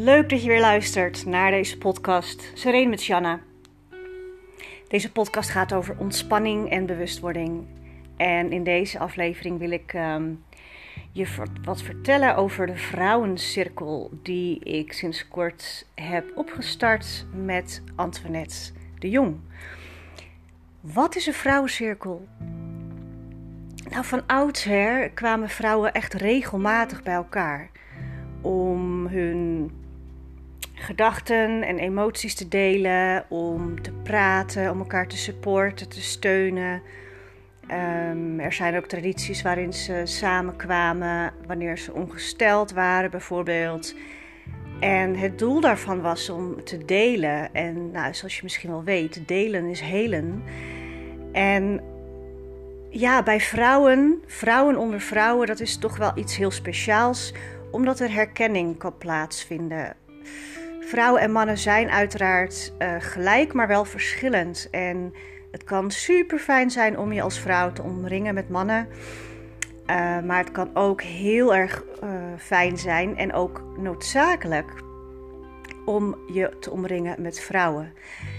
Leuk dat je weer luistert naar deze podcast Sereen met Shanna. Deze podcast gaat over ontspanning en bewustwording. En in deze aflevering wil ik je wat vertellen over de vrouwencirkel die ik sinds kort heb opgestart met Antoinette de Jong. Wat is een vrouwencirkel? Nou, van oudsher kwamen vrouwen echt regelmatig bij elkaar om hun gedachten en emoties te delen, om te praten, om elkaar te supporten, te steunen. Er zijn ook tradities waarin ze samenkwamen wanneer ze ongesteld waren bijvoorbeeld. En het doel daarvan was om te delen. En nou, zoals je misschien wel weet, delen is helen. En ja, bij vrouwen onder vrouwen, dat is toch wel iets heel speciaals, omdat er herkenning kan plaatsvinden. Vrouwen en mannen zijn uiteraard gelijk, maar wel verschillend. En het kan super fijn zijn om je als vrouw te omringen met mannen. Maar het kan ook heel erg fijn zijn en ook noodzakelijk om je te omringen met vrouwen.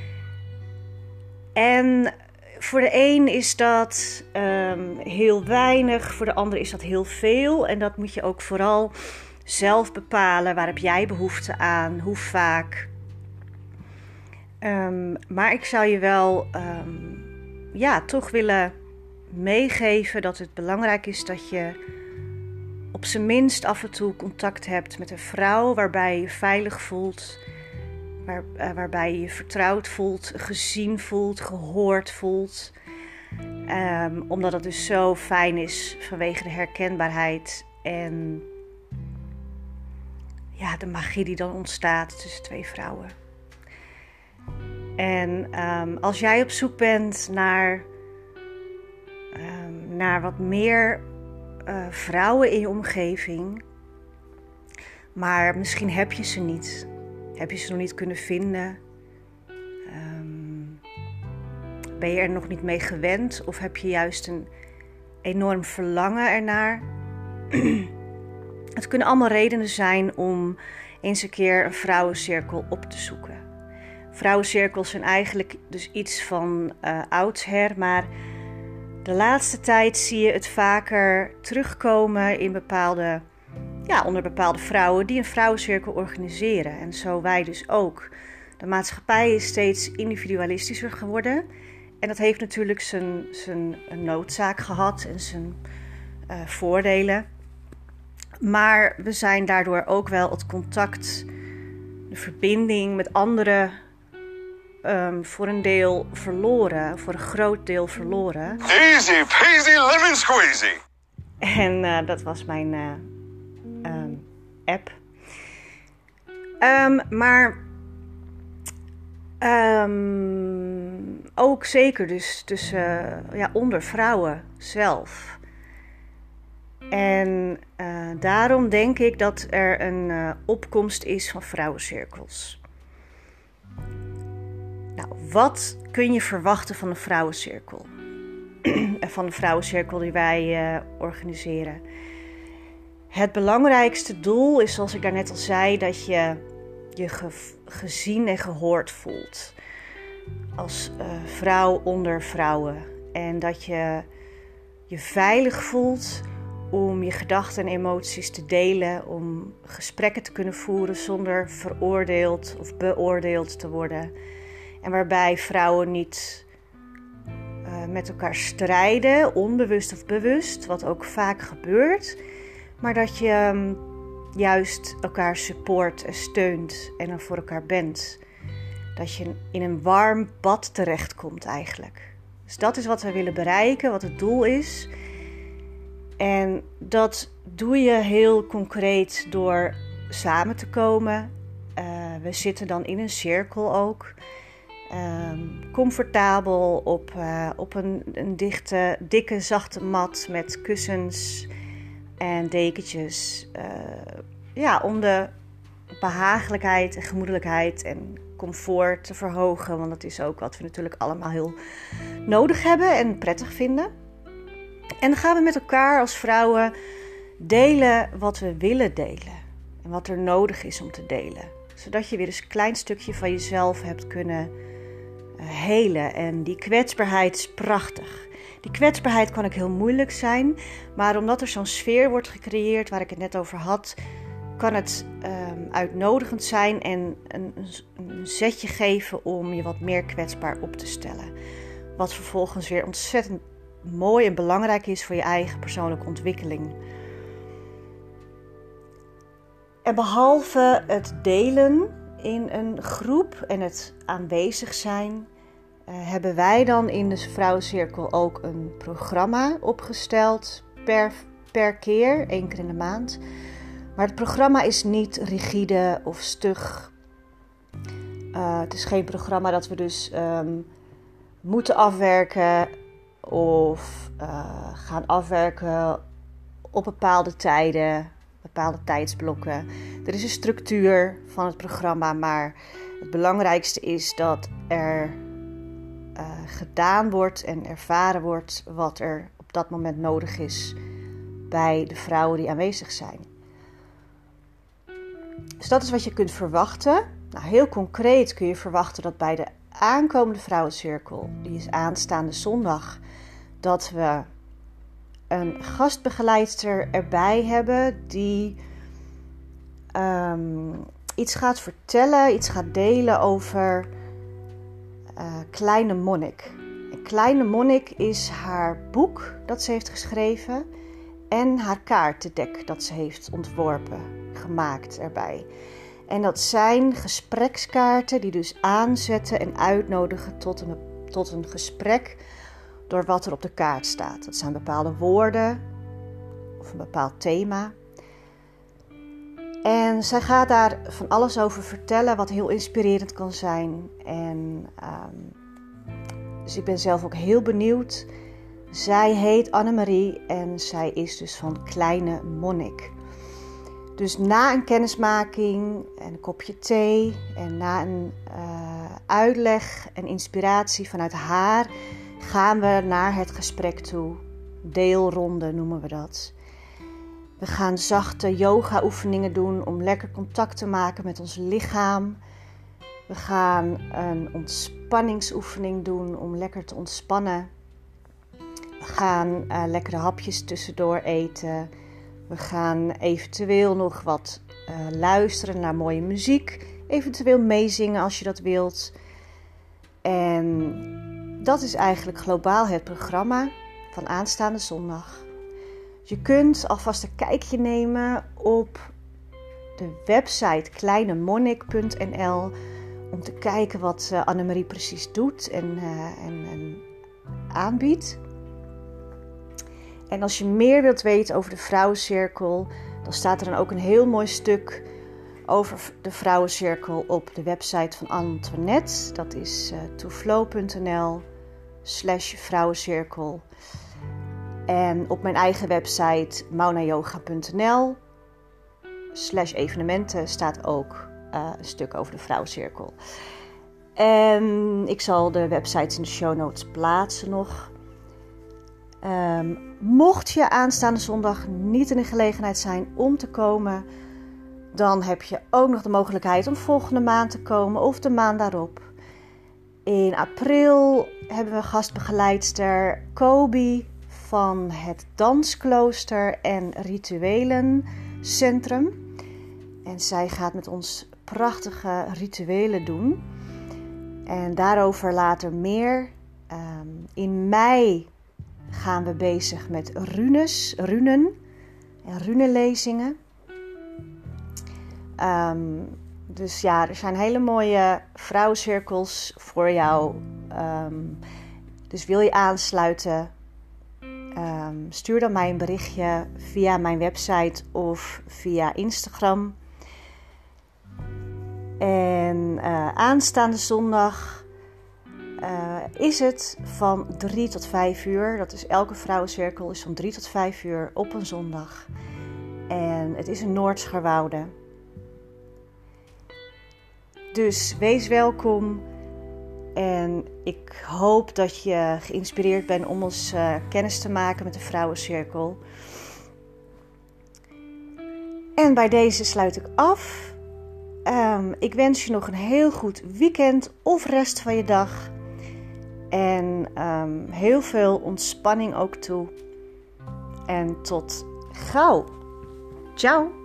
En voor de een is dat heel weinig, voor de ander is dat heel veel. En dat moet je ook vooral zelf bepalen. Waar heb jij behoefte aan? Hoe vaak? Maar ik zou je wel toch willen meegeven dat het belangrijk is dat je op zijn minst af en toe contact hebt met een vrouw waarbij je je veilig voelt, waarbij je je vertrouwd voelt, gezien voelt, gehoord voelt. Omdat het dus zo fijn is vanwege de herkenbaarheid en ja, de magie die dan ontstaat tussen twee vrouwen. En als jij op zoek bent naar wat meer vrouwen in je omgeving, maar misschien heb je ze niet. Heb je ze nog niet kunnen vinden? Ben je er nog niet mee gewend? Of heb je juist een enorm verlangen ernaar? Het kunnen allemaal redenen zijn om eens een keer een vrouwencirkel op te zoeken. Vrouwencirkels zijn eigenlijk dus iets van oudsher, maar de laatste tijd zie je het vaker terugkomen in onder bepaalde vrouwen die een vrouwencirkel organiseren. En zo wij dus ook. De maatschappij is steeds individualistischer geworden. En dat heeft natuurlijk zijn noodzaak gehad en zijn voordelen. Maar we zijn daardoor ook wel het contact, de verbinding met anderen voor een deel verloren. Voor een groot deel verloren. Easy peasy lemon squeezy. En dat was mijn app. Maar ook zeker dus tussen onder vrouwen zelf. En daarom denk ik dat er een opkomst is van vrouwencirkels. Nou, wat kun je verwachten van een vrouwencirkel? En van de vrouwencirkel die wij organiseren. Het belangrijkste doel is, zoals ik daarnet al zei, dat je je gezien en gehoord voelt. Als vrouw onder vrouwen. En dat je je veilig voelt om je gedachten en emoties te delen. Om gesprekken te kunnen voeren zonder veroordeeld of beoordeeld te worden. En waarbij vrouwen niet met elkaar strijden, onbewust of bewust, wat ook vaak gebeurt. Maar dat je juist elkaar support en steunt en er voor elkaar bent. Dat je in een warm bad terechtkomt eigenlijk. Dus dat is wat we willen bereiken, wat het doel is. En dat doe je heel concreet door samen te komen. We zitten dan in een cirkel ook. Comfortabel op een dikke, zachte mat met kussens en dekentjes. Om de behagelijkheid en gemoedelijkheid en comfort te verhogen. Want dat is ook wat we natuurlijk allemaal heel nodig hebben en prettig vinden. En dan gaan we met elkaar als vrouwen delen wat we willen delen. En wat er nodig is om te delen. Zodat je weer eens een klein stukje van jezelf hebt kunnen helen. En die kwetsbaarheid is prachtig. Die kwetsbaarheid kan ook heel moeilijk zijn. Maar omdat er zo'n sfeer wordt gecreëerd waar ik het net over had, kan het uitnodigend zijn en een zetje geven om je wat meer kwetsbaar op te stellen. Wat vervolgens weer ontzettend mooi en belangrijk is voor je eigen persoonlijke ontwikkeling. En behalve het delen in een groep en het aanwezig zijn, hebben wij dan in de Vrouwencirkel ook een programma opgesteld per keer, 1 keer in de maand. Maar het programma is niet rigide of stug. Het is geen programma dat we dus moeten afwerken of gaan afwerken op bepaalde tijden, bepaalde tijdsblokken. Er is een structuur van het programma, maar het belangrijkste is dat er gedaan wordt en ervaren wordt wat er op dat moment nodig is bij de vrouwen die aanwezig zijn. Dus dat is wat je kunt verwachten. Nou, heel concreet kun je verwachten dat bij de aankomende Vrouwencirkel, die is aanstaande zondag, dat we een gastbegeleidster erbij hebben die iets gaat vertellen, iets gaat delen over Kleine Monnik. En Kleine Monnik is haar boek dat ze heeft geschreven en haar kaartendek dat ze heeft ontworpen, gemaakt erbij. En dat zijn gesprekskaarten die dus aanzetten en uitnodigen tot een gesprek door wat er op de kaart staat. Dat zijn bepaalde woorden of een bepaald thema. En zij gaat daar van alles over vertellen wat heel inspirerend kan zijn. En dus ik ben zelf ook heel benieuwd. Zij heet Annemarie en zij is dus van Kleine Monnik. Dus na een kennismaking en een kopje thee en na een uitleg en inspiratie vanuit haar gaan we naar het gesprek toe. Deelronde noemen we dat. We gaan zachte yoga-oefeningen doen om lekker contact te maken met ons lichaam. We gaan een ontspanningsoefening doen om lekker te ontspannen. We gaan lekkere hapjes tussendoor eten. We gaan eventueel nog wat luisteren naar mooie muziek. Eventueel meezingen als je dat wilt. En dat is eigenlijk globaal het programma van aanstaande zondag. Je kunt alvast een kijkje nemen op de website kleinemonnik.nl om te kijken wat Annemarie precies doet en aanbiedt. En als je meer wilt weten over de Vrouwencirkel, dan staat er dan ook een heel mooi stuk over de Vrouwencirkel op de website van Antoinette. Dat is toflow.nl/vrouwencirkel. En op mijn eigen website maunayoga.nl/evenementen staat ook een stuk over de Vrouwencirkel. En ik zal de websites in de show notes plaatsen nog. Mocht je aanstaande zondag niet in de gelegenheid zijn om te komen, dan heb je ook nog de mogelijkheid om volgende maand te komen of de maand daarop. In april hebben we gastbegeleidster Kobi van het Dansklooster en Rituelencentrum. En zij gaat met ons prachtige rituelen doen. En daarover later meer. In mei gaan we bezig met runen en runenlezingen. Dus ja, er zijn hele mooie vrouwencirkels voor jou. Dus wil je aansluiten? Stuur dan mij een berichtje via mijn website of via Instagram. En aanstaande zondag is het van 3 tot 5 uur. Dat is elke vrouwencirkel is van 3 tot 5 uur op een zondag. En het is in Noordscharwoude. Dus wees welkom. En ik hoop dat je geïnspireerd bent om ons kennis te maken met de Vrouwencirkel. En bij deze sluit ik af. Ik wens je nog een heel goed weekend of rest van je dag. En heel veel ontspanning ook toe. En tot gauw. Ciao.